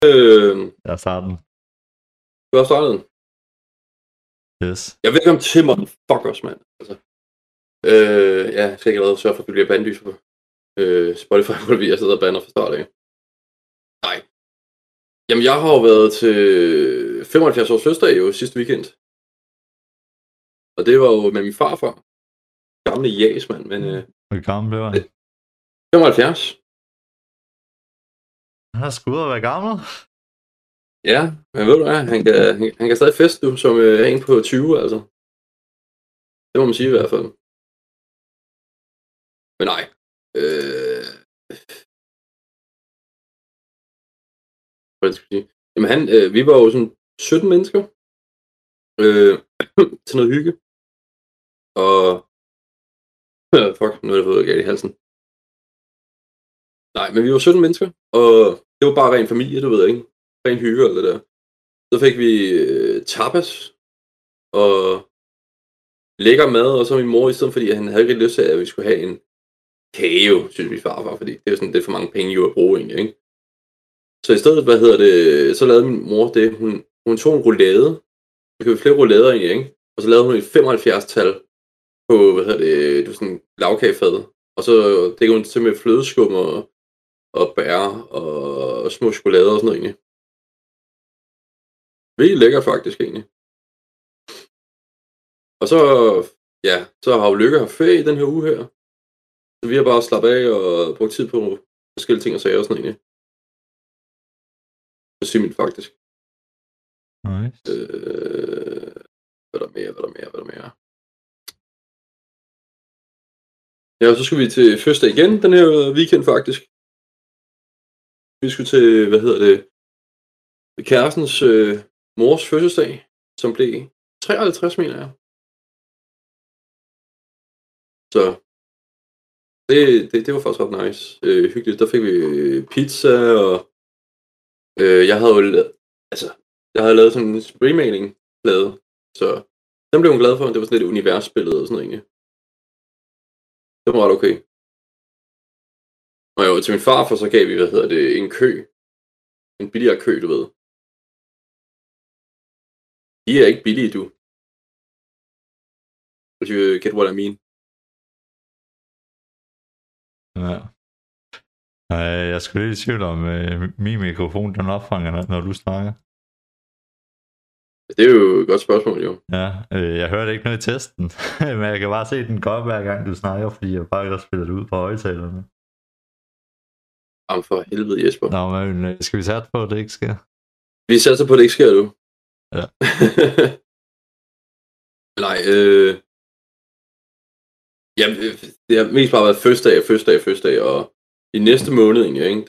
Jeg starter den. Du har startet den. Yes. Jeg ved ikke om Timmer fuck os, mand. Altså, ja, jeg skal ikke allerede sørge for, at det bliver bandlyst på Spotify, hvor vi sidder og bander fra start af. Nej. Jamen, jeg har jo været til 75 års fødselsdag jo sidste weekend. Og det var jo med min farfar. Gamle jæs, mand. Men, Hvor gammel blev han? 75. Han er sgu ud at være gammel. Ja, men ved du hvad, han kan stadig feste, du, som en på 20, altså. Det må man sige i hvert fald. Men nej. Hvad skal jeg sige? Jamen vi var jo sådan 17 mennesker til noget hygge. Og fuck, nu er det fået galt i halsen. Nej, men vi var 17 mennesker, og det var bare ren familie, du ved ikke. Ren hygge og det der. Så fik vi tapas og lækker mad, og så min mor i stedet, fordi han havde ikke lyst til, at vi skulle have en kage, synes vi farfar, fordi det er sådan lidt for mange penge jo at bruge egentlig, ikke? Så i stedet, så lavede min mor det, hun tog en roulade, vi købte flere roulader egentlig, ikke? Og så lavede hun et 75-tal på, det var sådan en lavkagefad, og så dækkede hun til med flødeskum og bær og små chokolader og sådan noget egentlig. Virkelig lækker faktisk egentlig. Og så, ja, så har jo Lykke haft ferie i den her uge her. Så vi har bare slappet af og brugt tid på forskellige ting og sager og sådan egentlig. Det er simpelthen faktisk. Nice. Hvad er der mere? Ja, og så skulle vi til fødselsdag igen den her weekend faktisk. Vi skulle til, kærestens mors fødselsdag, som blev 53, mener jeg. Så det var faktisk ret nice. Hyggeligt. Der fik vi pizza, og jeg havde lavet sådan en spraymaling-plade, så den blev hun glad for. Det var sådan lidt universbillede og sådan noget egentlig. Det var ret okay. Og jo, til min farfar, så gav vi, en kø. En billigere kø, du ved. De er ikke billige, du. If you get what I mean. Ja. Jeg skulle lidt i tvivl om min mikrofon, den opfanger, når du snakker. Det er jo et godt spørgsmål, jo. Ja, jeg hørte ikke noget i testen, men jeg kan bare se den godt hver gang du snakker, fordi jeg bare spiller det ud på højtalerne. Jamen for helvede, Jesper. Nå, men skal vi satse på, at det ikke sker? Vi satser på, at det ikke sker, du. Ja. Nej, ja, det har mest bare været fødselsdag, og i næste måned egentlig, ikke,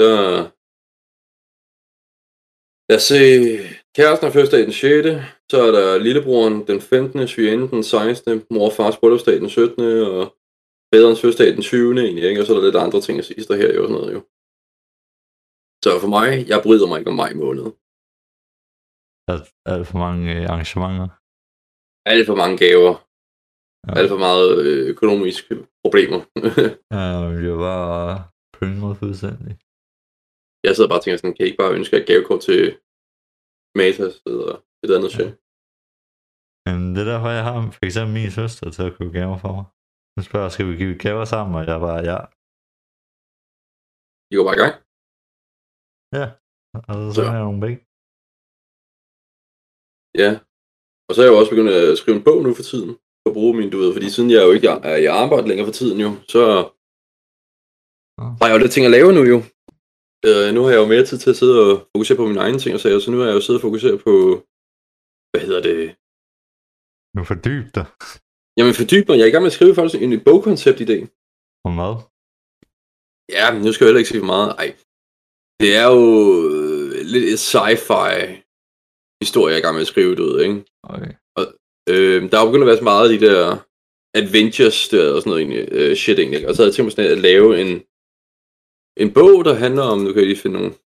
lad os se, kæresten har fødselsdag den 6. Så er der lillebroren den 15. Svigerinde den 16. Mor og fars bryllupsdag den 17. Og faderens fødselsdag den 20. egentlig, ikke? Og så er der lidt andre ting at sige der her jo sådan noget jo. Så for mig, jeg bryder mig ikke om maj måned. Er det for mange arrangementer? Alt for mange gaver. Ja. Alt for meget økonomiske problemer. Ja, vi er bare plyndret fuldstændig. Jeg sidder bare og tænker sådan, kan I ikke bare ønske et gavekort til Matas eller et andet shit? Men det er derfor, jeg har for eksempel min søster til at købe gaver for mig. Hun spørger, skal vi give gaver sammen, og jeg bare, ja. I går bare i gang? Ja, og så har jeg nogle penge. Ja, og så er jeg jo også begyndt at skrive en bog nu for tiden, for at bruge min, du ved, fordi siden jeg jo ikke er i arbejde længere for tiden jo, så har jeg jo lidt ting at lave nu jo. Nu har jeg jo mere tid til at sidde og fokusere på mine egne ting og sager, så nu har jeg jo siddet og fokuseret på, Nu fordyb dig. Jamen fordyb mig, jeg er i gang med at skrive faktisk en bogkoncept i dag. Om hvad? Ja, men nu skal jeg heller ikke sige for meget. Ej, det er jo lidt et sci-fi historie, jeg er i gang med at skrive det ud, ikke? Okay. Og der er jo begyndt at være så meget af de der adventures der og sådan noget egentlig, shit egentlig. Og så havde jeg tænkt mig sådan at lave en bog, der handler om, nu kan jeg lige finde nogle,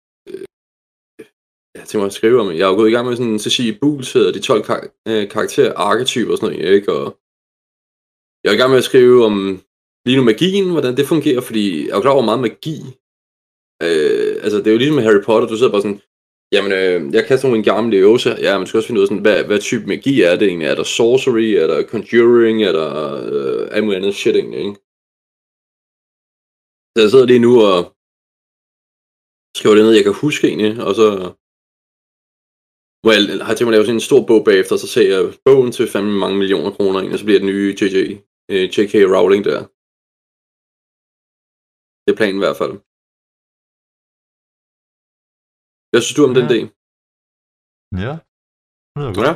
jeg tænker mig at skrive om, jeg er jo gået i gang med sådan en Cecilie Buhls hedder de 12 karakterer, arketyper og sådan noget, ikke? Og jeg er i gang med at skrive om lige nu magien, hvordan det fungerer, fordi jeg er jo klar over meget magi. Altså det er jo ligesom med Harry Potter, du sidder bare sådan, Jamen, jeg kaster nogle gamle øvelser. Ja, man skal også finde ud af sådan, hvad type magi er det egentlig? Er der sorcery? Er der conjuring? Er der alt muligt andet shit egentlig, ikke? Så jeg sidder lige nu og skriver det ned, jeg kan huske egentlig, og så har jeg tænkt mig at lave sådan en stor bog bagefter, og så ser jeg bogen til fandme mange millioner kroner egentlig, og så bliver det nye J.K. Rowling der. Det er planen i hvert fald. Hvad synes du om den del? Ja, det er godt. Ja.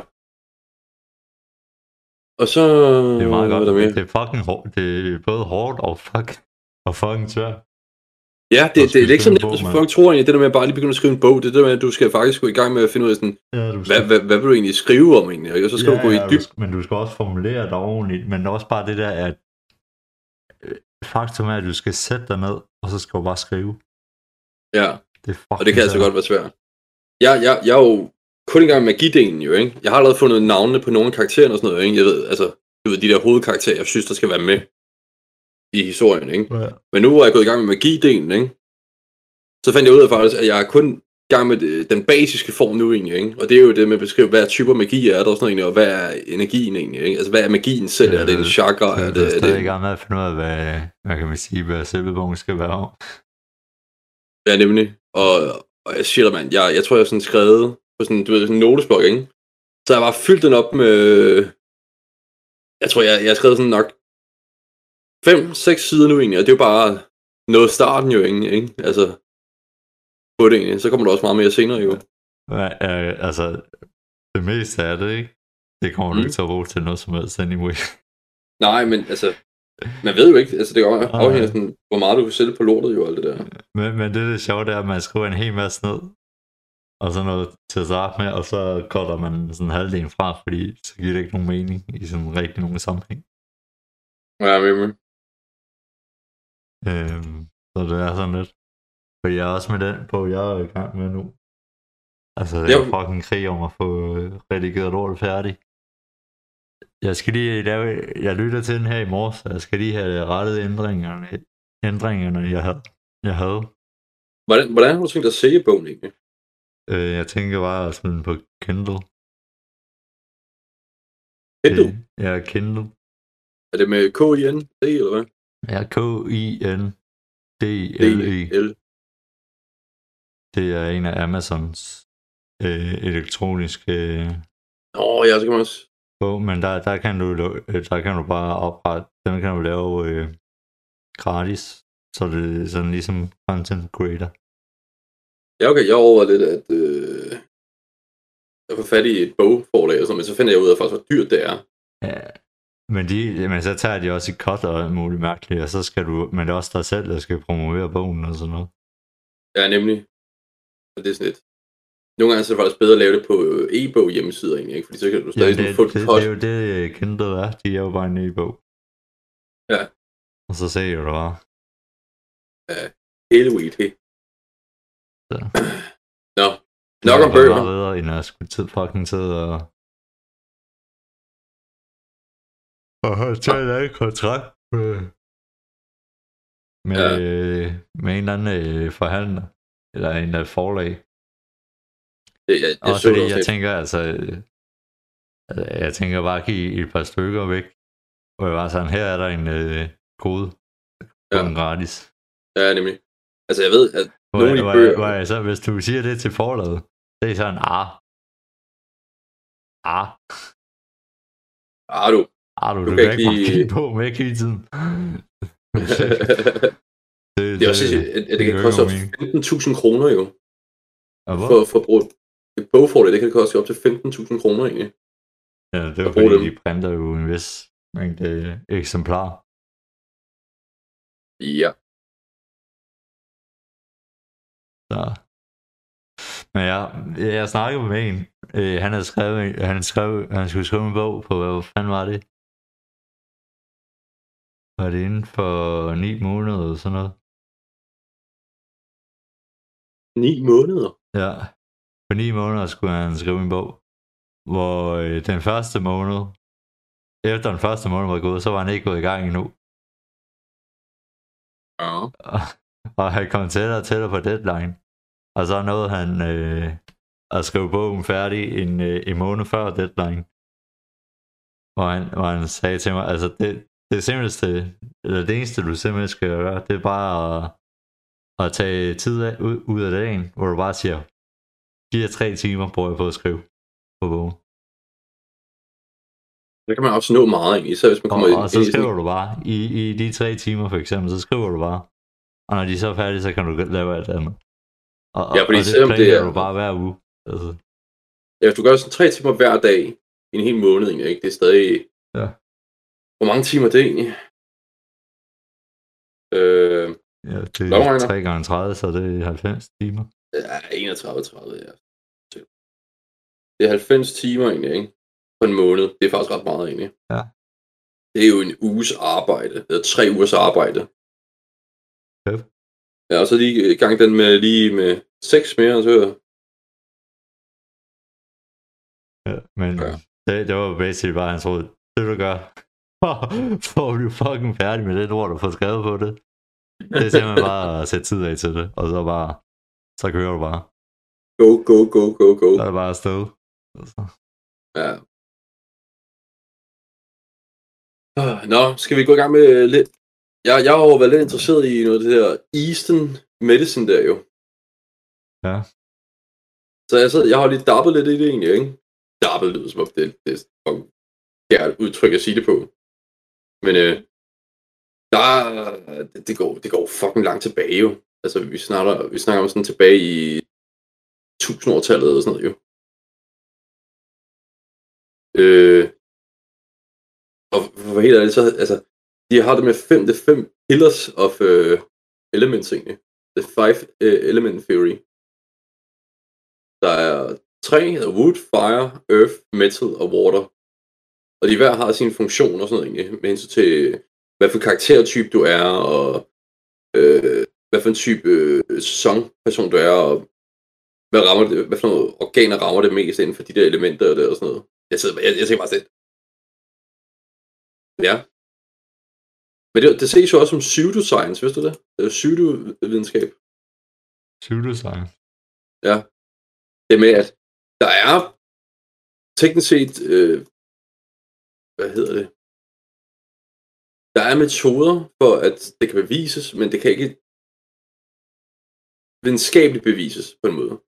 Og så... Det er meget godt. Det er fucking hårdt. Det er både hårdt og fucking svært. Ja, det er ikke sådan, at folk tror egentlig, det der med at bare lige begynde at skrive en bog, det der med, at du skal faktisk gå i gang med at finde ud af sådan, hvad vil du egentlig skrive om egentlig, og så skal du gå i dyb. Men du skal også formulere dig ordentligt, men også bare det der, at faktum er, at du skal sætte dig ned, og så skal du bare skrive. Ja, og det kan altså godt være svært. Jeg er jo kun i gang med magidelen jo, ikke? Jeg har allerede fundet navnene på nogle karakterer og sådan noget, ikke? Jeg ved, altså, de der hovedkarakterer, jeg synes, der skal være med i historien, ikke? Ja. Men nu er jeg gået i gang med magidelen, ikke? Så fandt jeg ud af faktisk, at jeg er kun i gang med den basiske form nu egentlig, ikke? Og det er jo det med at beskrive, hvad typer magi er der og sådan noget, og hvad er energien egentlig, ikke? Altså, hvad er magien selv? Er det en chakra? Det er stadig i gang med at finde ud af, hvad kan man sige, hvad selvbogen skal være om. Ja, nemlig. Og jeg siger dig, mand, jeg tror, jeg har sådan skrevet på sådan, du ved, sådan en notesblok, ikke? Så jeg bare fyldt den op med... Jeg tror, jeg har skrevet sådan nok 5-6 sider nu egentlig, og det er jo bare noget starten jo egentlig, ikke? Altså, på det egentlig. Så kommer der også meget mere senere jo. Altså, det meste af det, ikke? Det kommer du ikke til at bruge til noget som helst anyway. Nej, men altså, man ved jo ikke, altså det afhænger sådan, hvor meget du kan sælge på lortet jo, alt det der. Men det sjove, det er, at man skriver en hel masse ned, og så noget til at starte med, og så cutter man sådan halvdelen fra, fordi så giver det ikke nogen mening i sådan rigtig nogen sammenhæng. Ja, men. Så det er sådan lidt. For jeg er også med den på, jeg er i gang med nu. Altså, det er fucking krig om at få redigeret lortet færdig. Jeg skal lige lave, jeg lytter til den her i morges, så jeg skal lige have rettet ændringerne jeg havde. Hvordan har du tænkt dig at sælge bogen egentlig? Jeg tænker bare at smide den på Kindle. Kindle? Ja, Kindle. Er det med K-I-N-D, eller hvad? Ja, K-I-N-D-L-E. Det er en af Amazons elektroniske... ja, så kan man også... Men der kan du bare oprette... Den kan du lave gratis, så det er sådan ligesom content creator. Ja, okay, jeg overvejede lidt, at jeg får fat i et bogforlag og sådan, men så finder jeg ud af faktisk, hvor dyrt det er. Ja, men så tager de også et cut og alt muligt mærkeligt, og så skal du, men det er også dig selv, der skal promovere bogen og sådan noget. Ja, nemlig. Og det er sådan lidt. Nogle gange så er det faktisk bedre at lave det på e-bog hjemmesider egentlig, ikke? Fordi så kan du stadig få et cut. Det er jo det, Kindle er. De er jo bare en e-bog. Ja. Og så ser du bare. Ja, hele weed, hey. Så. Nå, nok om bøger. Det er meget bedre, end at skulle fucking sidde og tage en anden kontrakt med en eller anden forhandler, eller en eller anden forlag. Også fordi jeg tænker, altså, jeg tænker bare at give et par stykker væk, og jeg var sådan, her er der en kode, den gratis. Ja, nemlig. Altså jeg ved, at nogle af de bøger... Så, hvis du siger det til forlaget, det er sådan, du kan ikke bare kigge på væk hele tiden. det er også, at det kan koste op til 15.000 kroner jo. For at bruge et bogforlag, det kan koste op til 15.000 kroner egentlig. Ja, det er fordi, de printer jo en vis mængde eksemplar. Ja. Så. Men jeg snakkede med en. Han skulle skrive en bog på, hvad fanden var det? Var det inden for 9 måneder eller sådan noget? 9 måneder? Ja. For 9 måneder skulle han skrive en bog. Hvor den første måned, efter den første måned var gået, så var han ikke gået i gang endnu. Ja. Og han kom tættere og tættere på deadline. Og så nåede han at skrive bogen færdig en måned før deadline. Hvor han sagde til mig, altså det simpleste, eller det eneste du simpelthen skal gøre, det er bare at tage tid ud af dagen, hvor du bare siger, 4-3 timer bruger jeg på at skrive på bogen. Så kan man også nå meget, især hvis man kommer og så skriver du bare, i de 3 timer for eksempel, så skriver du bare. Og når de så er færdige, så kan du lave alt andet. Fordi og det planlægger du bare hver uge. Altså. Ja, hvis du gør sådan 3 timer hver dag, i en hel måned, ikke? Det er stadig... Ja. Hvor mange timer er det egentlig? Ja, det er 3 gange 30, så det er 90 timer. Ja, 31-30, ja. Det er 90 timer egentlig, ikke? På en måned. Det er faktisk ret meget egentlig. Ja. Det er jo en uges arbejde. Det er 3 ugers arbejde. Ja. Ja, og så lige gang den med 6 mere, så... Ja, men det var basically bare hans råd. Det du gør, for at blive fucking færdig med det ord, du får skrevet på det. Det er simpelthen bare at sætte tid af til det, og så kører du bare. Go. Så er det bare afsted. Altså. Ja. Nå, skal vi gå i gang med lidt... Jeg har jo været lidt interesseret i noget af det der Eastern Medicine der jo. Ja. Så jeg har lige dabbet lidt i det egentlig, ikke? Dabbet lyder som om det er et udtryk at sige det på. Men det går fucking langt tilbage jo. Altså vi snakker om sådan tilbage i 1000-årtallet eller sådan noget jo. Og for helt ærligt så, altså, de har det med 5 pillars of elements egentlig. The 5 element theory. Der er 3, der wood, fire, earth, metal og water. Og de hver har sin funktion og sådan noget egentlig, med hensyn til, hvad for karaktertype du er, og hvad for en type songperson du er, og hvad for nogle organer rammer det mest inden for de der elementer og sådan noget. Jeg tænker bare sådan. Ja. Men det ses jo også som pseudoscience, vidste du det? Pseudovidenskab. Pseudoscience? Ja. Det med, at der er teknisk set, hvad hedder det? Der er metoder for, at det kan bevises, men det kan ikke videnskabeligt bevises på en måde.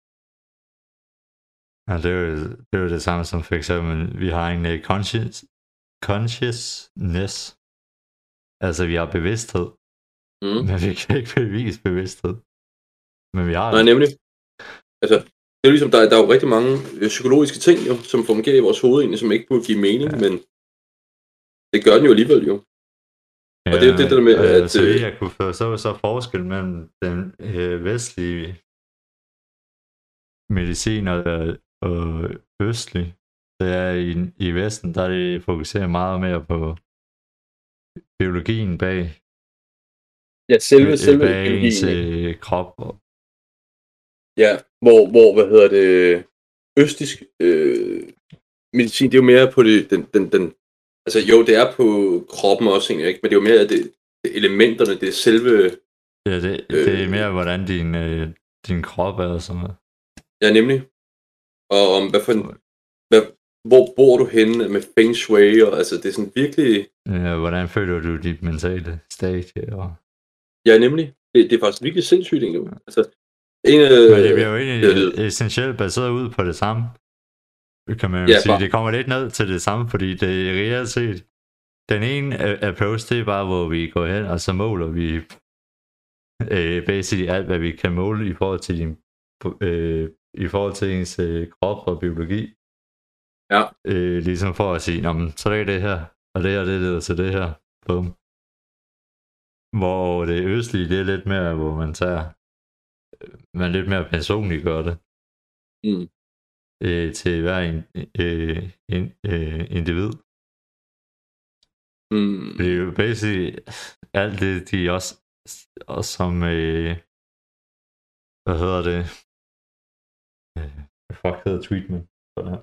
Ja, det er jo det samme som for eksempel, vi har en consciousness. Altså, vi har bevidsthed. Men vi kan ikke bevise bevidsthed. Men vi har det. Nej, nemlig. Altså, det er ligesom, der er jo rigtig mange psykologiske ting, jo, som fungerer i vores hoved, egentlig, som ikke burde give mening, men det gør den jo alligevel, jo. Ja, og det er det der med, at... Så jeg kunne forstå så forskel mellem den vestlige medicin og østlig. Det er i Vesten, der er det fokuseret meget mere på biologien bag. Ja, selve bag ens krop. Ja, hvor hvad hedder det, østisk medicin, det er jo mere på den altså jo, det er på kroppen også egentlig, ikke? Men det er jo mere det elementerne, det er selve... Ja, det er mere, hvordan din krop er og sådan noget. Ja, nemlig. Og om hvor bor du henne med feng shui, og altså det er sådan virkelig... Ja, hvordan føler du dit mentale stadie? Og... Ja, nemlig. Det er faktisk virkelig sindssygt egentlig. Altså, men det bliver jo egentlig essentielt baseret ud på det samme. Kan man jo sige. Det kommer lidt ned til det samme, fordi det er reelt set. Den ene approach, det er bare, hvor vi går hen, og så måler vi basically alt, hvad vi kan måle i forhold til i forhold til ens krop og biologi. Ja. Ligesom for at sige, så er det her, og det her, det leder til det her. Bum. Hvor det østlige, det er lidt mere, hvor man lidt mere personligt gør det. Til hver individ. Det er jo basically alt det, de også som hvad hedder det? Hvad fuck hedder treatment for det her?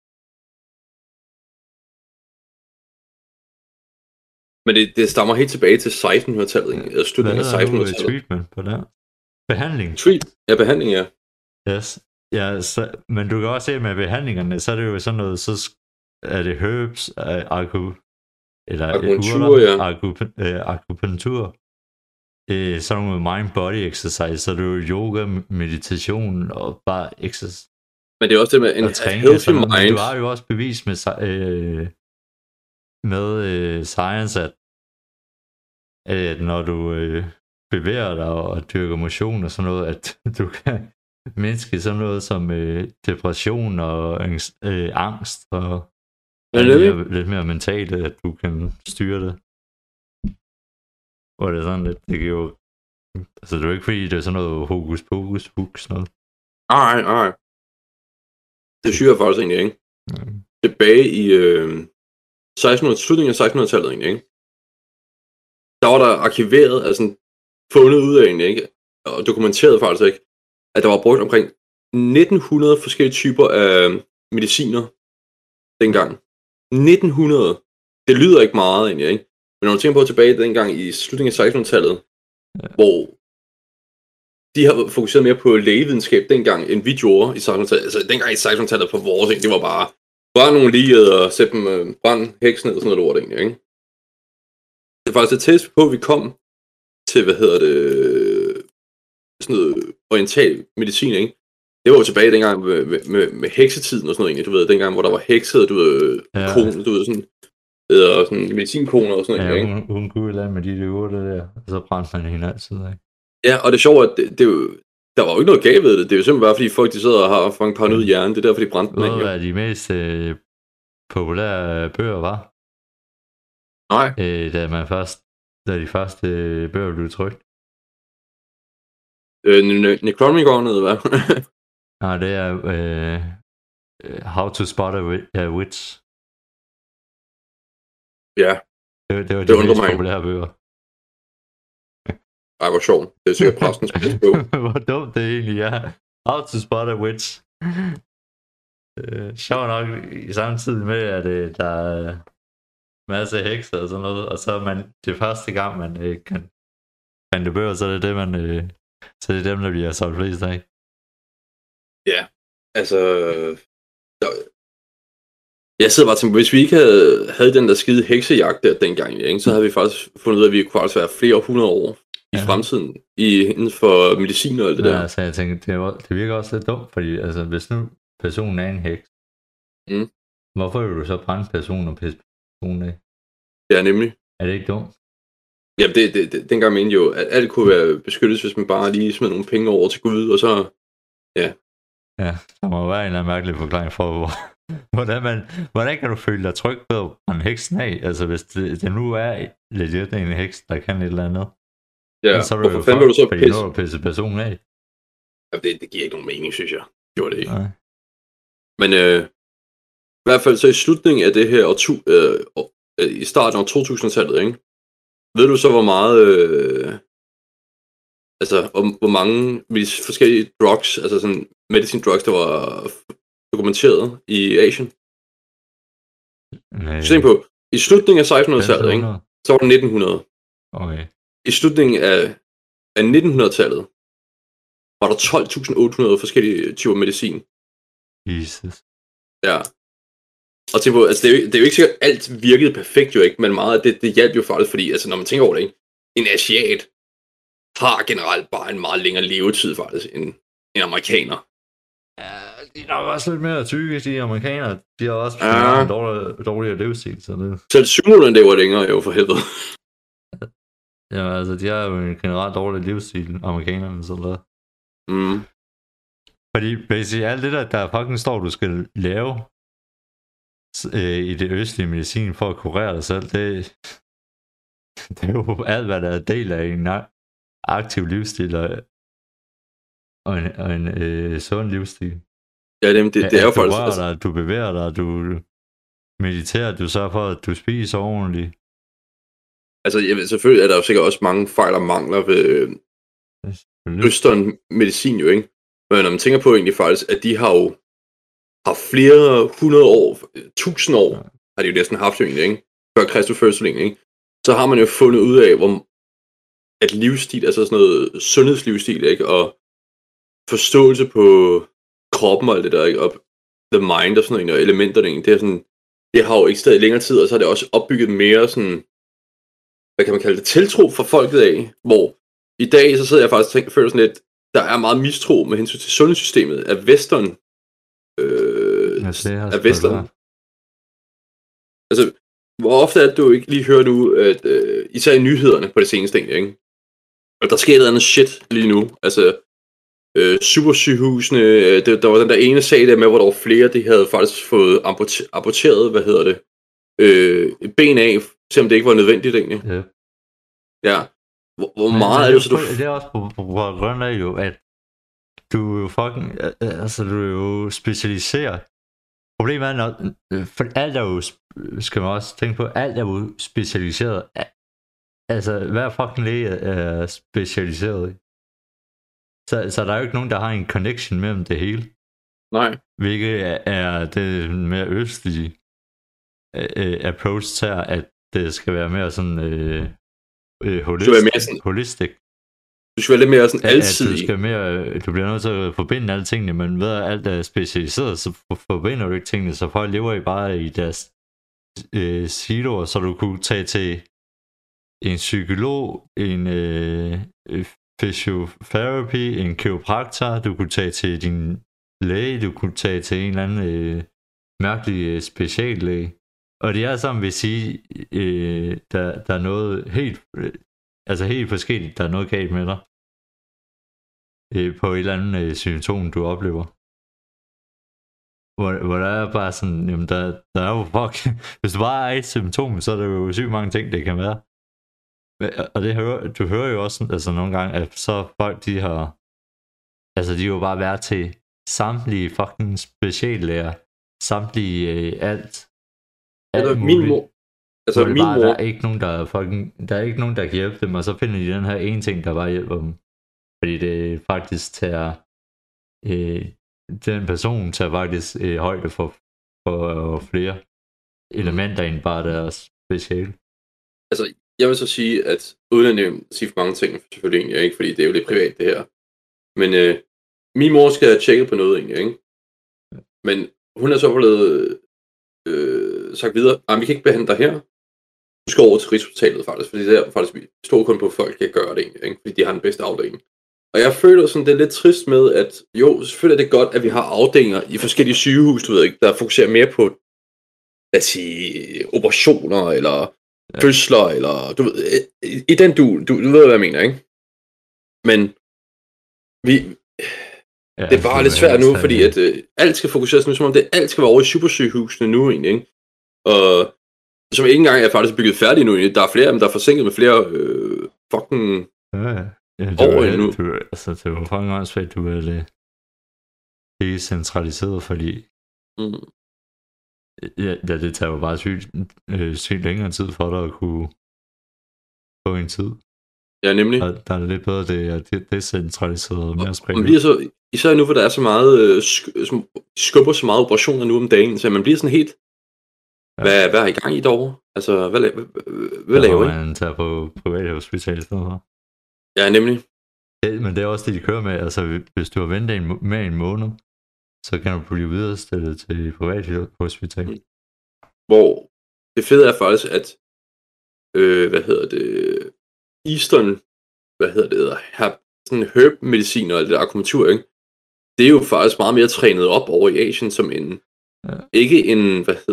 Men det stammer helt tilbage til 1600-tallet, eller slutningen af 1600-tallet. Treatment på det her? Behandling. Ja, behandling, ja. Yes. Ja, men du kan også se med behandlingerne, så er det jo sådan noget, så er det herbs, eller akupunktur, ja. akupunktur, sådan noget mind-body exercise, så er det jo yoga, meditation og bare exercise. Men det er også det med en healthy mind. Men du har jo også bevis med science, at når du bevæger dig og dyrker motion og sådan noget, at du kan mindske sådan noget som depression og angst og lidt mere mentalt, at du kan styre det. Og det er sådan lidt, det kan jo... Altså det er jo ikke fordi, det er sådan noget hokus pokus sådan noget. Nej. Det syger faktisk egentlig, ikke? Tilbage i slutningen af 1600-tallet egentlig, ikke? Der var der arkiveret, altså fundet ud af egentlig, ikke? Og dokumenteret faktisk ikke, at der var brugt omkring 1900 forskellige typer af mediciner dengang. 1900. Det lyder ikke meget egentlig, ikke? Men når du tænker på tilbage dengang i slutningen af 1600-tallet, hvor de har fokuseret mere på lægevidenskab dengang, end vi gjorde i 1600-tallet. Altså dengang i 1600-tallet på vores, ikke? Det var bare nogle lighed og sætte dem brand, heks ned og sådan noget lort egentlig, ikke? Det er faktisk et test på, at vi kom til, sådan noget oriental medicin, ikke? Det var jo tilbage dengang med heksetiden og sådan noget, egentlig. Du ved, dengang, hvor der var hekset, du ved, koner, du ved, sådan, og sådan medicinkoner og sådan noget, ikke? Ja, hun kunne lade med de urter der, og så brændte man hende altid, ikke? Ja, og det er sjovt, at der var jo ikke noget galt ved det. Det er jo simpelthen bare, fordi folk de sidder og har fanget paranoid i hjernen. Det er derfor, de brændte den, ikke? Hvad de mest populære bøger var? Nej. Da de første bøger blev trykt. Necronomicon, eller hvad? Nej, det er How to Spot a Witch. Ja. Det var de mest populære bøger. Ej, hvor sjovt. Det er sikkert præstens bedste bog. Hvor dumt det egentlig er. How to Spot a Witch. Sjovt nok i samtidig med, at der er masser af hekser og sådan noget, og så er man det første gang, man kan finde bøger, så er det det, så det er dem, der bliver solgt flest af. Ja, altså... Jeg sidder bare og tænker, hvis vi ikke havde den der skide heksejagt der dengang, ikke, så havde vi faktisk fundet ud af, at vi kunne faktisk være flere 100 år i fremtiden inden for medicin og alt det der. Ja, så jeg tænker, det virker også lidt dumt, fordi altså, hvis nu personen er en heks, hvorfor vil du så brænde personen og pisse personen af? Ja, nemlig. Er det ikke dumt? Jamen, dengang mente jo, at alt kunne være beskyttet, hvis man bare lige smed nogle penge over til Gud, og så... Ja. Ja, der må være en eller anden mærkelig forklaring for, hvordan kan du føle dig tryg ved at brænde heksen af? Altså, hvis det nu er legit en heks, der kan et eller andet. Ja, så hvorfor fanden vil du så pisse personen af? Ja, det giver ikke nogen mening, synes jeg. Det gjorde det ikke. Nej. Men i hvert fald så i slutningen af det her i starten af 2000-tallet, ikke? Ved du så, hvor meget... hvor mange forskellige drugs, altså sådan medicine drugs, der var dokumenteret i Asien? Så tænk på, i slutningen af 1600-tallet, ikke? Så var det 1900. Okay. I slutningen af 1900-tallet var der 12.800 forskellige typer medicin. Jesus. Ja. Og tænk på, altså det er jo ikke sikkert, at alt virkede perfekt jo ikke, men meget af det hjalp jo faktisk, fordi altså når man tænker over det, ikke? En asiat har generelt bare en meget længere levetid faktisk, end amerikaner. Ja, de er nok også lidt mere tykke, de amerikanere. De har også en dårligere livsstil. Selv symbolerne lever længere jo, for helvede. Ja, altså, de har jo en generelt dårlig livsstil, amerikanerne, sådan noget. Fordi basically alt det der fucking står, du skal lave i det østlige medicin for at kurere dig selv, det er jo alt, hvad der er del af en aktiv livsstil og en sund livsstil. Ja, det er jo faktisk... Du bevæger dig, du mediterer, du sørger for, at du spiser ordentligt. Altså, selvfølgelig er der jo sikkert også mange fejl og mangler ved østern medicin jo, ikke? Men når man tænker på egentlig faktisk, at de har jo haft flere 100 år, 1000 år, har de jo næsten haft jo egentlig, ikke? Før Kristus fødsel, ikke? Så har man jo fundet ud af, at livsstil, altså sådan noget sundhedslivsstil, ikke? Og forståelse på kroppen og alt det der, ikke? Og the mind og sådan noget, og elementerne, ikke? Det er sådan, det har jo ikke stadig længere tid, og så er det også opbygget mere sådan, hvad kan man kalde det, tiltro for folket af, hvor i dag, så sidder jeg faktisk og føler sådan lidt, der er meget mistro med hensyn til sundhedssystemet af Western. Af Western. Altså, hvor ofte er det, du ikke lige hører nu, at især i nyhederne på det seneste, ikke? Og der sker et andet shit lige nu. Altså, supersygehusene, der var den der ene sag der med, hvor der var flere, de havde faktisk fået amputeret, et ben af, selvom det ikke var nødvendigt egentlig. Yeah. Ja. Hvor meget er det så du... Det er også på grund af jo, at du er jo fucking... Altså, du er jo specialiseret. Problemet er, for alt er jo... Skal man også tænke på, alt er jo specialiseret. Altså, hver fucking læge er specialiseret i. Så der er jo ikke nogen, der har en connection mellem det hele. Nej. Hvilket er det mere østlige approach til, at det skal være mere sådan holistic. Du skal være lidt mere sådan alsidig. Du bliver nødt til at forbinde alle tingene, men ved at alt er specialiseret, så forbinder du ikke tingene, så folk lever I bare i deres siloer, så du kunne tage til en psykolog, en fysioterapi, en kiropraktor, du kunne tage til din læge, du kunne tage til en eller anden mærkelig speciallæge. Og det er sammen vil sige, der er noget helt forskelligt, der er noget galt med dig. På et eller andet symptom, du oplever. Hvor der er bare sådan, jamen der er jo fuck. Hvis du bare er et symptom, så er der jo sygt mange ting, det kan være. Og du hører jo også altså nogle gange, at så folk, de er jo bare været til samtlige fucking speciallæger, samtlige alt min mor. Altså min mor. Der er ikke nogen, der kan hjælpe dem, og så finder de den her ene ting, der bare hjælper dem. Fordi det faktisk tager den person tager faktisk højde for flere elementer end bare deres speciale. Altså, jeg vil så sige, at uden at sige for mange ting, selvfølgelig egentlig ikke, fordi det er jo lidt privat det her. Men min mor skal have tjekket på noget egentlig, ikke? Men hun er så blevet sagt videre, vi kan ikke behandle dig her. Du skal over til Rigshospitalet faktisk, fordi det er faktisk, vi står kun på, at folk kan gøre det egentlig, ikke? Fordi de har den bedste afdeling. Og jeg føler sådan, det er lidt trist med, at jo, selvfølgelig er det godt, at vi har afdelinger i forskellige sygehus, du ved ikke, der fokuserer mere på, lad os sige, operationer, eller fødsler, eller du ved, i den du ved, hvad jeg mener, ikke? Men det er bare lidt svært nu, fordi at alt skal fokuseres nu, som om alt skal være over i supersygehusene nu egentlig, ikke? Og som ikke engang er faktisk bygget færdigt nu, der er flere af dem, der er forsinket med flere fucking år endnu. Det var fucking åndssvagt, du er det centraliseret, fordi det tager jo bare sygt længere tid for dig at kunne få en tid. Ja, nemlig. Der er lidt bedre, det er decentraliseret og mere spredt. Man bliver så, især nu, hvor der er så meget, skubber så meget operationer nu om dagen, så man bliver sådan helt, hvad er I gang i derovre? Altså, hvad laver I? Man tager på private hospital i stedet for. Ja, nemlig. Men det er også det, de kører med. Altså, hvis du har ventet med en måned, så kan du blive viderestillet til private hospital. Hvor det fede er faktisk, at Eastern, sådan herb-medicin og alt det der akupunktur, ikke? Det er jo faktisk meget mere trænet op over i Asien som ikke en,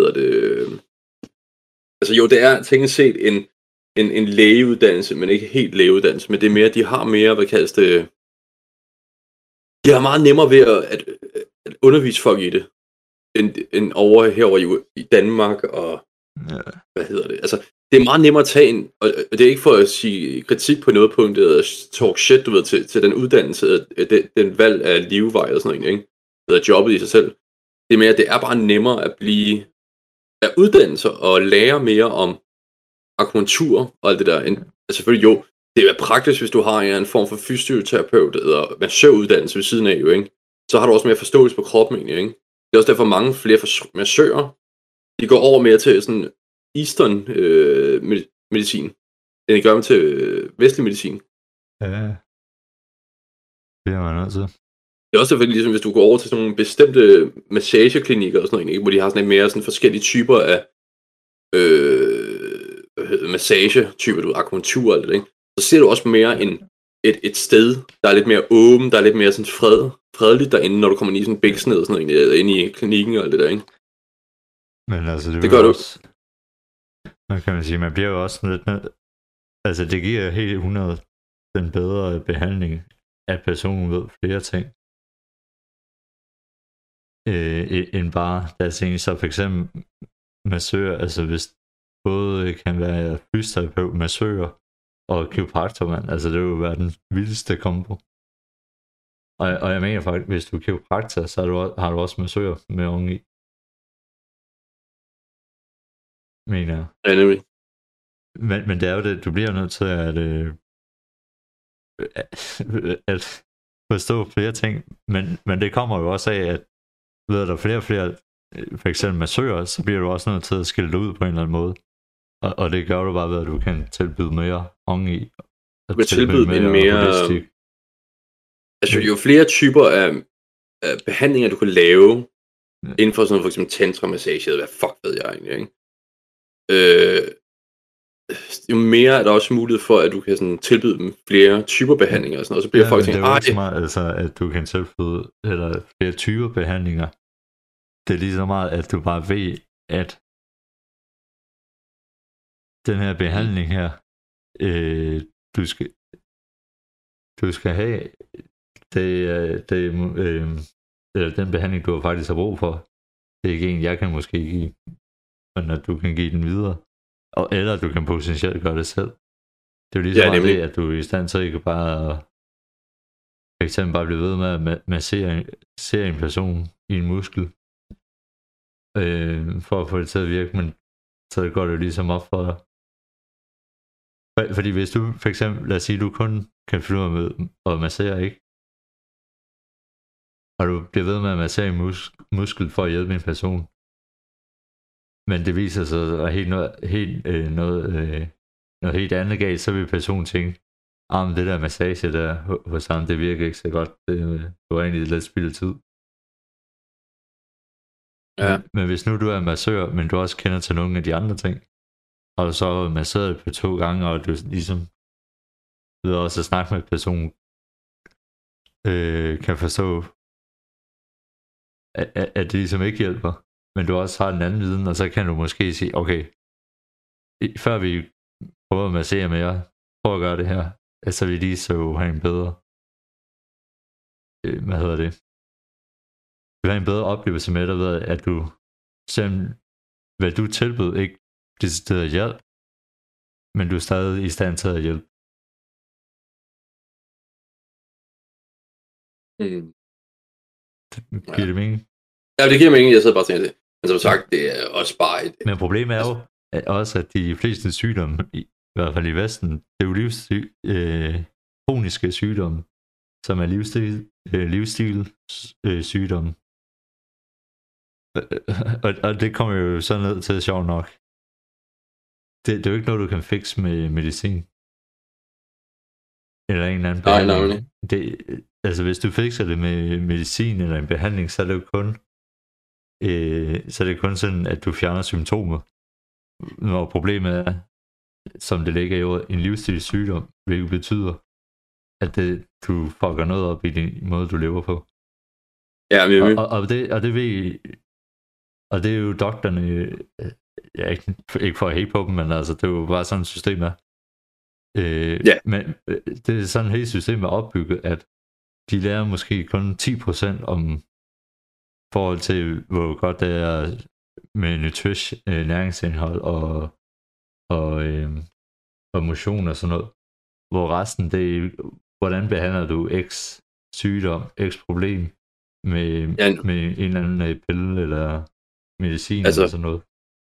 altså jo, det er teknisk set en lægeuddannelse, men ikke helt lægeuddannelse, men det er mere, de har mere, de har meget nemmere ved at undervise folk i det, end herovre i Danmark, og altså, det er meget nemmere at tage og det er ikke for at sige kritik på noget punkt, eller talk shit, du ved, til den uddannelse, den valg af livvej, og sådan noget, ikke? Eller jobbet i sig selv. Det er mere, det er bare nemmere at at uddanne sig og lære mere om akupunktur og alt det der. Altså selvfølgelig jo, det er praktisk, hvis du har en form for fysioterapeut eller massøruddannelse ved siden af, jo, ikke? Så har du også mere forståelse på kroppen, egentlig, ikke? Det er også derfor mange flere massører, de går over mere til sådan Eastern medicin, end de gør dem til vestlig medicin. Ja, det er man nødt til. Det er også selvfølgelig ligesom, hvis du går over til sådan nogle bestemte massageklinikker og sådan noget, ikke? Hvor de har sådan lidt mere sådan forskellige typer af massagetyper, du akupunktur og alt det, ikke? Så ser du også mere et sted, der er lidt mere åben, der er lidt mere sådan fredeligt derinde, når du kommer ind i sådan en bæksned og sådan noget, eller ind i klinikken og alt det der, ikke? Men altså, det gør du også, man kan sige, man bliver jo også lidt, altså det giver helt 100 den bedre behandling, at personen ved flere ting, end bare deres egen. Så for eksempel massør, altså hvis både kan være fysioterapeut, massører og kiropraktormand, altså det vil jo være den vildeste kombo. Og jeg mener faktisk, hvis du er kiropraktor, så har du også massører med unge i. Mener jeg. Ja, nemlig. Men det er jo det, du bliver nødt til at forstå flere ting, men det kommer jo også af, at ved der flere og flere, for eksempel massører, så bliver du også nødt til at skille dig ud på en eller anden måde. Og det gør du bare ved, at du kan tilbyde mere unge i. Du kan tilbyde mere altså jo flere typer af behandlinger, du kan lave, inden for sådan noget, for eksempel tantra-massage, eller hvad fuck ved jeg egentlig, ikke? Jo mere er der også mulighed for, at du kan sådan tilbyde dem flere typer behandlinger og sådan noget, og så bliver folk tænkt, det er jo ikke så meget, altså, at du kan tilbyde eller flere typer behandlinger. Det er lige så meget, at du bare ved, at den her behandling her, du skal have den behandling, du faktisk har brug for. Det er ikke en, jeg kan måske give, men at du kan give den videre. Eller du kan potentielt gøre det selv. Det er jo lige så meget det, at du er i stand til ikke bare for eksempel bare blive ved med at massere en person i en muskel for at få det til at virke, men så går det jo ligesom op for dig. Fordi hvis du for eksempel, lad os sige, du kun kan finde ud af at massere, ikke? Og du bliver ved med at massere en muskel for at hjælpe en person, men det viser sig at noget helt andet galt, så vil personen tænke, men det der massage der hos ham, det virker ikke så godt, det var egentlig lidt spild af tid. Ja. Men hvis nu du er massør, men du også kender til nogle af de andre ting, og du så masseret på 2 gange, og du ligesom ved også at snakke med personen, kan forstå, at det ligesom ikke hjælper, men du også har en anden viden, og så kan du måske sige, okay, før vi prøver at massere med jer, prøv at gøre det her, så vi lige så have en bedre, du har en bedre oplevelse med dig ved, at du simpelthen, hvad du tilbød, ikke decideret hjælp, men du er stadig i stand til at hjælpe. Giver det mening? Ja, det giver mening, jeg sidder bare og tænker det. Men som sagt, det er også bare et... Men problemet er jo også, at de fleste sygdomme, i hvert fald i Vesten, det er jo kroniske sygdomme, som er livsstilssygdomme. Og det kommer jo så ned til, sjovt nok. Det er jo ikke noget, du kan fikse med medicin. Eller en eller anden behandling. Altså hvis du fikser det med medicin eller en behandling, så er det jo kun sådan, at du fjerner symptomer. Når problemet er, som det ligger i ordet, en livsstilssygdom, hvilket betyder, at du fucker noget op i den måde, du lever på. Ja, og det ved, og det er jo doktorerne, ikke for at hate på dem, men altså, det er jo bare sådan et system er. Men det er sådan et helt system er opbygget, at de lærer måske kun 10% om forhold til, hvor godt det er med næringsindhold og motion og sådan noget. Hvor resten, det er, hvordan behandler du X sygdom, X problem med en eller anden pille eller medicin eller sådan noget.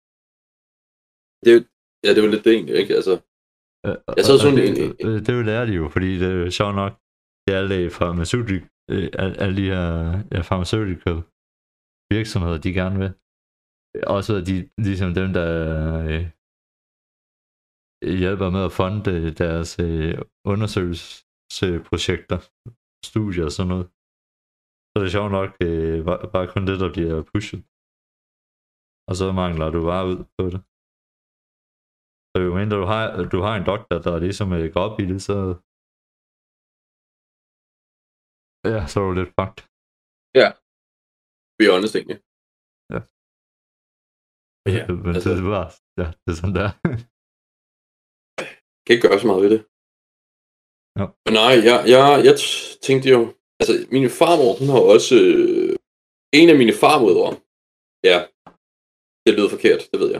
Det er jo lidt det egentlig, ikke? Altså, jeg så sådan det er jo lærer de jo, fordi det er sjovt nok, det er alle alle de her pharmaceutical virksomheder, de gerne vil. Også de, ligesom dem, der hjælper med at funde deres undersøgelsesprojekter, studier og sådan noget. så er det sjovt nok bare kun det, der bliver pushet. Og så mangler du bare ud på det. Så jo mindre du har en doktor, der ligesom går op i det, så... Ja, så er du lidt fucked. Ja. Be honest, egentlig. Ja. Ja, men altså, det er bare... Ja, det er sådan der. Kan ikke gøre så meget ved det. Ja. Men nej, jeg tænkte jo... Altså, min farmor, hun har også... en af mine farmødre. Ja, det lyder forkert, det ved jeg.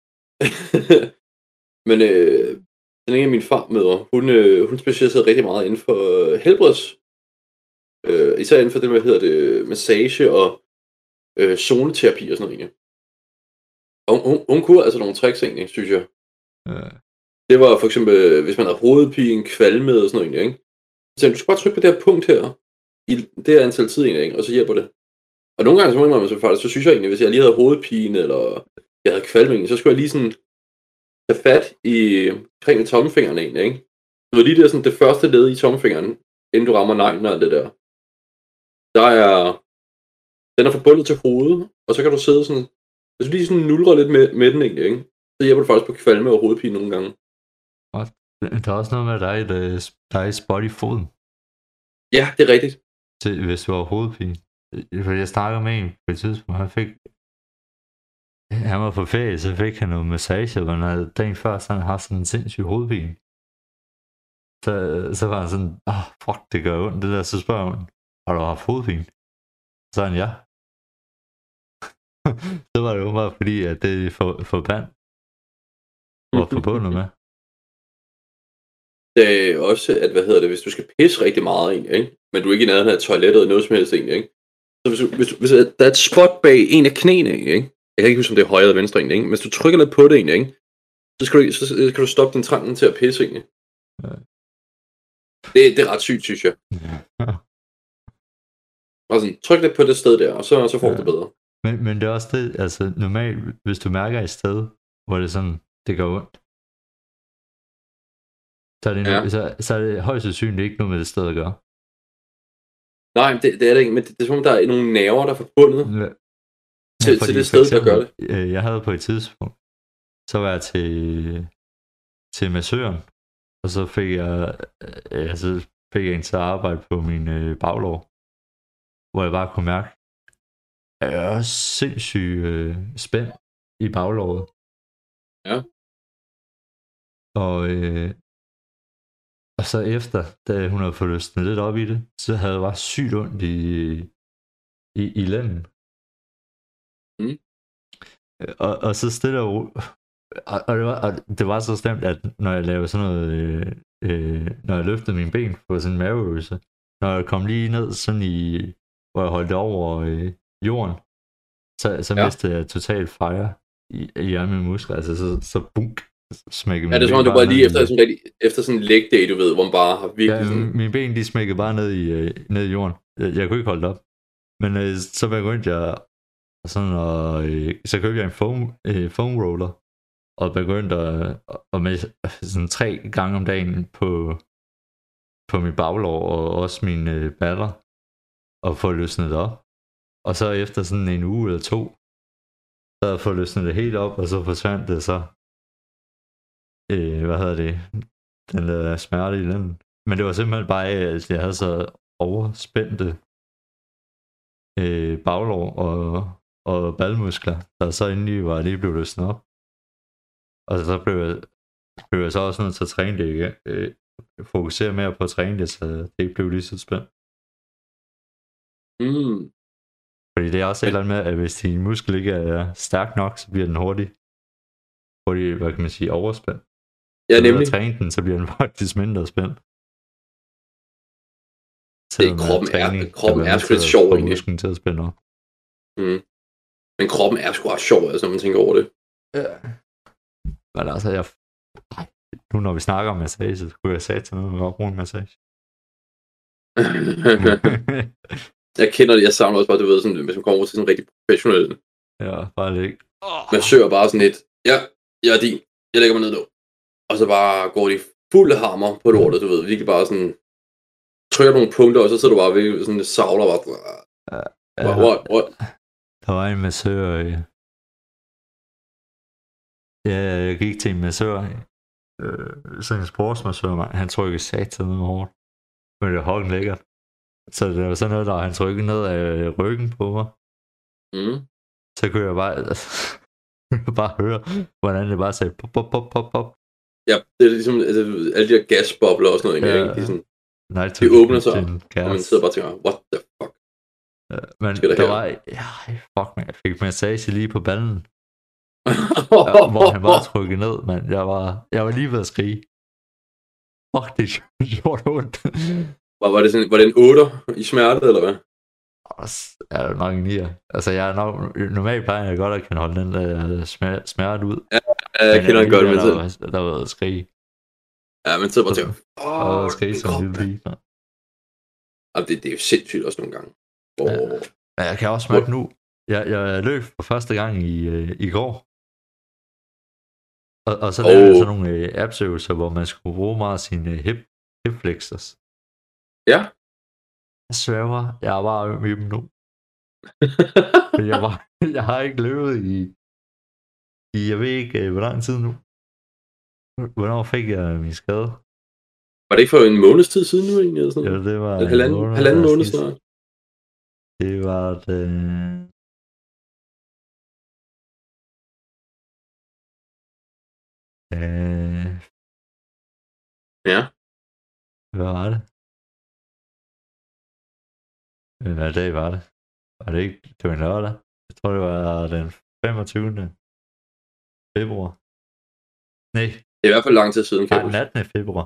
Men den ene af mine farmødre, hun specialiserede rigtig meget inden for helbreds. Især inden for det, hvad hedder det, massage og zoneterapi og sådan noget. Og hun kunne altså nogle tricks egentlig, synes jeg. Det var for eksempel, hvis man har hovedpine, kvalme og sådan noget, ikke? Så du skal bare trykke på det her punkt her, i det her antal tid egentlig, ikke? Og så hjælper det. Og nogle gange, så synes jeg egentlig, hvis jeg lige havde hovedpine, eller jeg havde kvalme, så skulle jeg lige sådan tage fat kring tommelfingeren egentlig, ikke? Det var lige der sådan det første led i tommelfingeren, inden du rammer neglen og alt det der. Den er forbundet til hovedet, og så kan du sidde sådan, hvis du lige sådan nulrer lidt med den egentlig, ikke? Så hjælper du faktisk på kvalme og hovedpine nogle gange. Der er også noget med, at der er et spot i foden. Ja, det er rigtigt. Hvis du har hovedpine. For jeg snakker med en på et tidspunkt, han var på ferie, så fik han noget massage, og dagen før, så han har sådan en sindssyg hovedpine. Så var han sådan, fuck, det gør ondt, det der. Så spørger hun, har du haft hovedpine? Så han, ja. Så var det jo bare fordi, at det er forbandt og forbundet med. Det er også, at, hvis du skal pisse rigtig meget egentlig, ikke? Men du er ikke i nærheden af toilettet eller noget som helst egentlig, ikke? Så hvis der er et spot bag en af knæene egentlig, ikke? Jeg kan ikke huske, om det er højre eller venstre egentlig, ikke? Hvis du trykker lidt på det egentlig, ikke? Så kan du stoppe den trangen til at pisse egentlig. Ja. Det er ret sygt, synes jeg. Ja. Og sådan, tryk lidt på det sted der, og så får du det bedre. Men det er også det, altså normalt, hvis du mærker et sted, hvor det sådan, det gør ondt, så er det højst sandsynligt ikke noget med det sted at gøre. Nej, det er det ikke, men det er som om, der er nogle nerver, der er forbundet til det sted, der gør det. Jeg havde på et tidspunkt, så var jeg til massøren, og så fik jeg en til at arbejde på min baglår, hvor jeg bare kunne mærke, at jeg er også sindssygt spændt i baglåret. Ja. Og så efter, da hun havde fået løsnet lidt op i det, så havde jeg bare sygt ondt i lænden. Mm. Og så stille og det var så stemt, at når jeg lavede sådan noget, når jeg løftede mine ben på sådan en maveøvelse, når jeg kom lige ned sådan hvor jeg holdt det over jorden, så mistede jeg totalt fire i alle mine muskler, altså så bunk. Ja, det er som om du bare lige efter sådan en leg day, du ved, hvor man bare har virkelig sådan... mine ben, de smækkede bare ned i jorden. Jeg kunne ikke holde det op. Men så begyndte jeg sådan, og så købte jeg en foam roller, og begyndte at med sådan 3 gange om dagen på mit baglår, og også mine baller, og få løsnet det op. Og så efter sådan en uge eller 2, så havde jeg fået løsnet det helt op, og så forsvandt det så. Den der smerte i den. Men det var simpelthen bare, at jeg havde så overspændte baglår og balmuskler, der så endelig var lige blevet løsnet op. Og så blev jeg så også nødt til at træne det igen. Fokusere mere på at træne det, så det ikke blev lige så spændt. Mm. Fordi det er også et eller andet med, at hvis din muskel ikke er stærk nok, så bliver den hurtigt, hvad kan man sige, overspændt. Ja, nemlig. Når du træner den, så bliver den faktisk mindre spændt. Kroppen er sgu lidt sjov, egentlig. Musklen til at spænde op. Mm. Men kroppen er sgu også sjov, altså, når man tænker over det. Ja. Men altså, nu når vi snakker om massage, så kunne jeg sige til noget, at bruge en massage. Jeg kender det, jeg savner også bare, du ved, sådan, hvis man kommer over til sådan en rigtig professionel. Ja, bare lidt. Massør bare sådan lidt, ja, jeg er din, jeg lægger mig ned nu. Og så bare går de fulde hammer på lortet, du ved, virkelig bare sådan, trykker nogle punkter, og så sidder du bare ved sådan en savler bare. What? Der var en massør. Ja, jeg gik til en massør. Sådan en sportsmassør, man. Han trykkede satan med hårdt. Men det var hokken lækkert. Så det var sådan noget, der han trykkede ned af ryggen på mig. Så kunne jeg bare høre, hvordan det bare sagde pop, pop, pop, pop, pop. Ja, det er ligesom alle de her gasbobler og sådan noget. Ja, ikke? De åbner sig, og man sidder bare og tænker, what the fuck? Men der var, fuck man, jeg fik massage lige på ballen. Hvor han bare trykkede ned, men jeg var lige ved at skrige. Fuck, det gjorde ondt. Var det en 8'er i smerte, eller hvad? Jeg er nok en 9'er. Altså, jeg er nok, normalt plejer jeg godt at kan holde den smerte ud. Ja, jeg kender den godt, men der var at skrige. Ja, men så bare tænker, og skrige som en lille pige. Det er jo sindssygt også nogle gange. Ja, jeg kan også mærke nu, jeg løb for første gang i går. Og så lavede jeg sådan nogle appsøvelser, hvor man skulle bruge meget af sine hip flexors. Ja. Jeg sværger, jeg er bare med dem nu. jeg har ikke løbet i jeg ved ikke, hvor lang tid nu. Hvornår fik jeg min skade? Var det ikke for en måneds tid siden nu egentlig? Eller sådan? Ja, det var halvanden måned snart. Det var det... Ja. Hvad var det? Hvad dag var det? Var det ikke? Det var en lørdag. Jeg tror, det var den 25. februar. Nej. Det er i hvert fald lang tid siden, kan jeg 18. februar.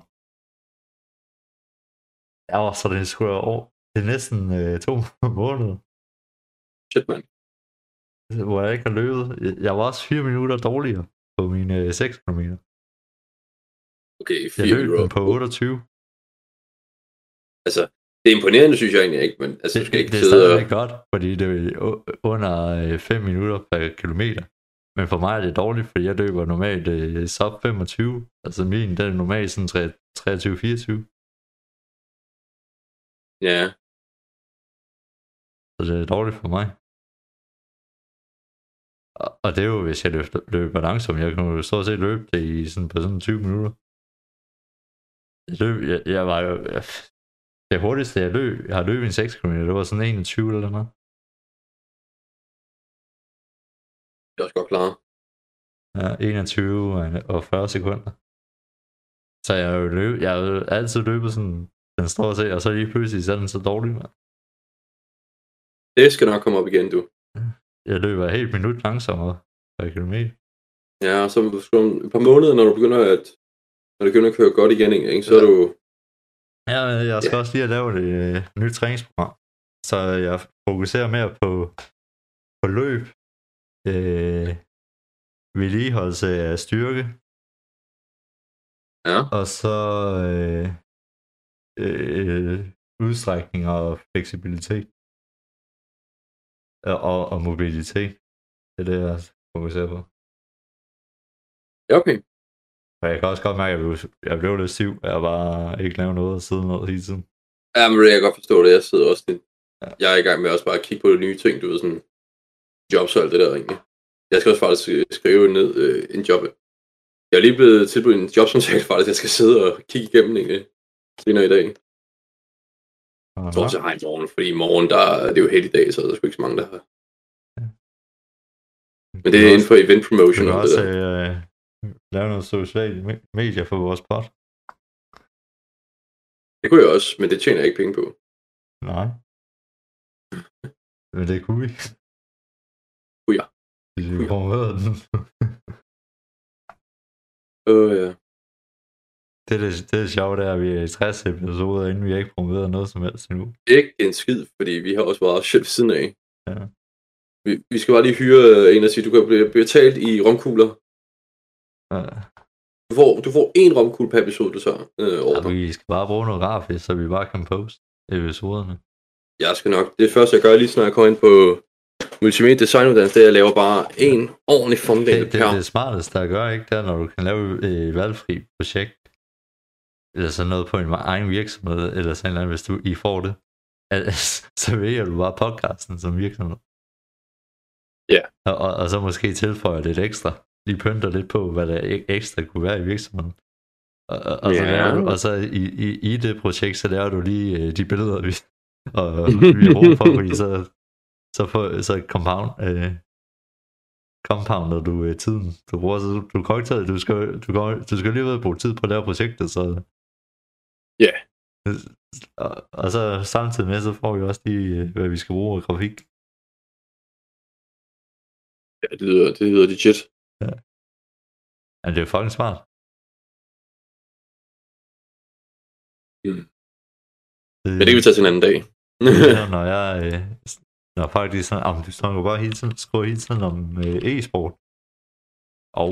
Ja, så det skulle være over. Det er næsten 2 måneder. Shit, man. Hvor jeg ikke har løbet. Jeg var også 4 minutter dårligere på mine 6 km. Okay, 4 jeg løb den på 28. Altså, det er imponerende, synes jeg egentlig ikke, men altså, du skal ikke det er stadig godt, fordi det er under 5 minutter per kilometer. Men for mig er det dårligt, fordi jeg løber normalt sub 25. Altså min, den er normalt sådan 23-24. Ja. Så det er dårligt for mig. Og det er jo, hvis jeg løber langsomt. Jeg kan jo stort set løbe det i på sådan 20 minutter. Jeg var jo... Det hurtigste, jeg har løbet en 6 km, det var sådan 21 eller noget. Det er også godt klart. Ja, 21 og 40 sekunder. Så jeg har jo altid løbet sådan, den står til, og så lige pludselig så er den så dårlig, man. Det skal nok komme op igen, du. Jeg løber helt minut langsommere per kilometer. Ja, og så et par måneder, når du begynder at køre godt igen, ikke? Så er du... Ja, jeg skal også lige have lavet et nyt træningsprogram. Så jeg fokuserer mere på løb, vedligeholdelse af styrke, ja. Og så udstrækning og fleksibilitet og mobilitet. Det er det, jeg fokuserer på. Ja, okay. Og jeg kan også godt mærke, at jeg blev lidt stiv, og jeg bare ikke lavet noget og sidde noget hele tiden. Ja, men jeg kan godt forstå det. Jeg sidder også lidt. Ja. Jeg er i gang med også bare at kigge på de nye ting, du ved, sådan jobs og alt det der egentlig. Jeg skal også faktisk skrive ned en job. Jeg er lige blevet tilbudt en jobsamtale faktisk, jeg skal sidde og kigge igennem egentlig senere i dag. Jeg tror også, jeg har i morgen, fordi i morgen, det er jo heldig dag, så der er sgu ikke så mange, der har. Ja. Men det er inden for event promotion og det der. Lave noget sociale medier for vores pod. Det kunne jeg også, men det tjener jeg ikke penge på. Nej. Men det kunne vi. Kunne jeg. Hvis vi promoverede den. Ja. Det er sjovt, at vi er i 60 episoder, inden vi ikke promoveret noget som helst endnu. Ikke en skid, fordi vi har også været shit ved siden af. Ja. Vi skal bare lige hyre en og sige, du kan blive betalt i romkugler. Ja. Du får en romkugle per episode, du så ordrer. Ja, vi skal bare bruge noget grafisk, så vi bare kan poste episoderne. Jeg skal nok. Det første, jeg gør lige snart, jeg kommer ind på multimedia designuddannelse, det er, at jeg laver bare en ordentlig thumbnail. Det smarteste, der gør, ikke? Det er, når du kan lave et valgfri projekt, eller sådan noget på en egen virksomhed, eller sådan noget, hvis I får det. så vælger du bare podcasten som virksomhed. Ja. Og så måske tilføjer lidt ekstra. Lige pynter lidt på, hvad der ekstra kunne være i virksomheden. Og så laver du, og så i det projekt, så laver du lige de billeder, vi råber for, fordi så compounder du tiden. Du bruger du kan ikke tage, du skal lige ved at bruge tid på at lave projektet, så ja. Og så samtidig med, så får vi også lige, hvad vi skal bruge af grafik. Ja, det lyder legit. Ja. Men det er jo fucking smart. Men det kan vi tage til en anden dag. Når folk er sådan, du snakker bare skriver hele tiden om e-sport. Og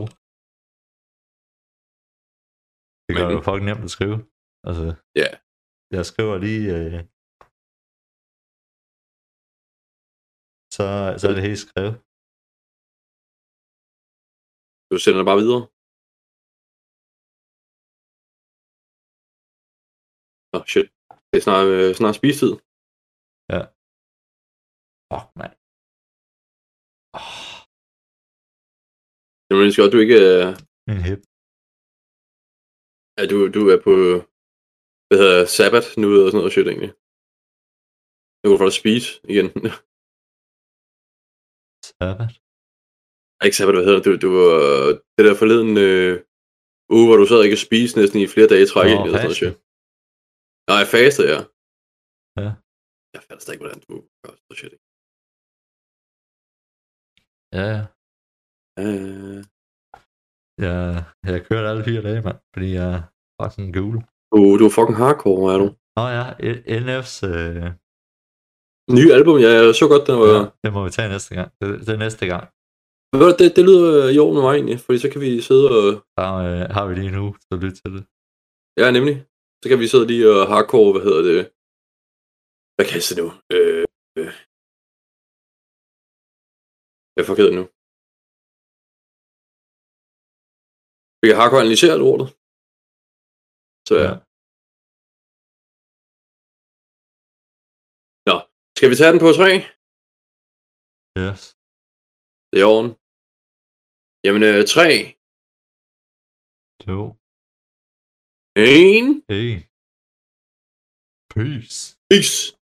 det gør jo fucking nemt at skrive. Altså, ja. Jeg skriver lige, så er det helt skrevet. Du sender det bare videre. Shit. Det er snart spisetid. Ja. Man. Jamen, det skal godt, du ikke en hip. Ja, du er på, hvad hedder sabbat nu og sådan noget shit egentlig. Nu kan du få dig spise igen. Sabbat? Ikke sabbat, hvad hedder det? Du det der forleden uge, hvor du sad ikke at spise næsten i flere dage i træk. Eller sådan noget shit. Nej, faste, ja. Ja. Jeg fatter ikke, hvordan du gør sådan noget shit. Ja. Jeg kørte alle 4 dage, mand, fordi jeg er fucking gul. Du er fucking hardcore, er du? Nå ja, NF's nye album, jeg så godt, den var... Ja, det må vi tage næste gang. Det er næste gang. Det lyder i orden med mig egentlig, fordi så kan vi sidde og... Der har vi lige nu, så lyt til det. Ja, nemlig. Så kan vi sidde lige og hardcore, hvad hedder det? Hvad kan jeg sige nu? Jeg er forkert nu. Vi kan hardcore analysere lortet. Så ja. Nå, skal vi tage den på 3? Yes. Det er orden. Jamen, 3. 2. 1. Peace. Peace.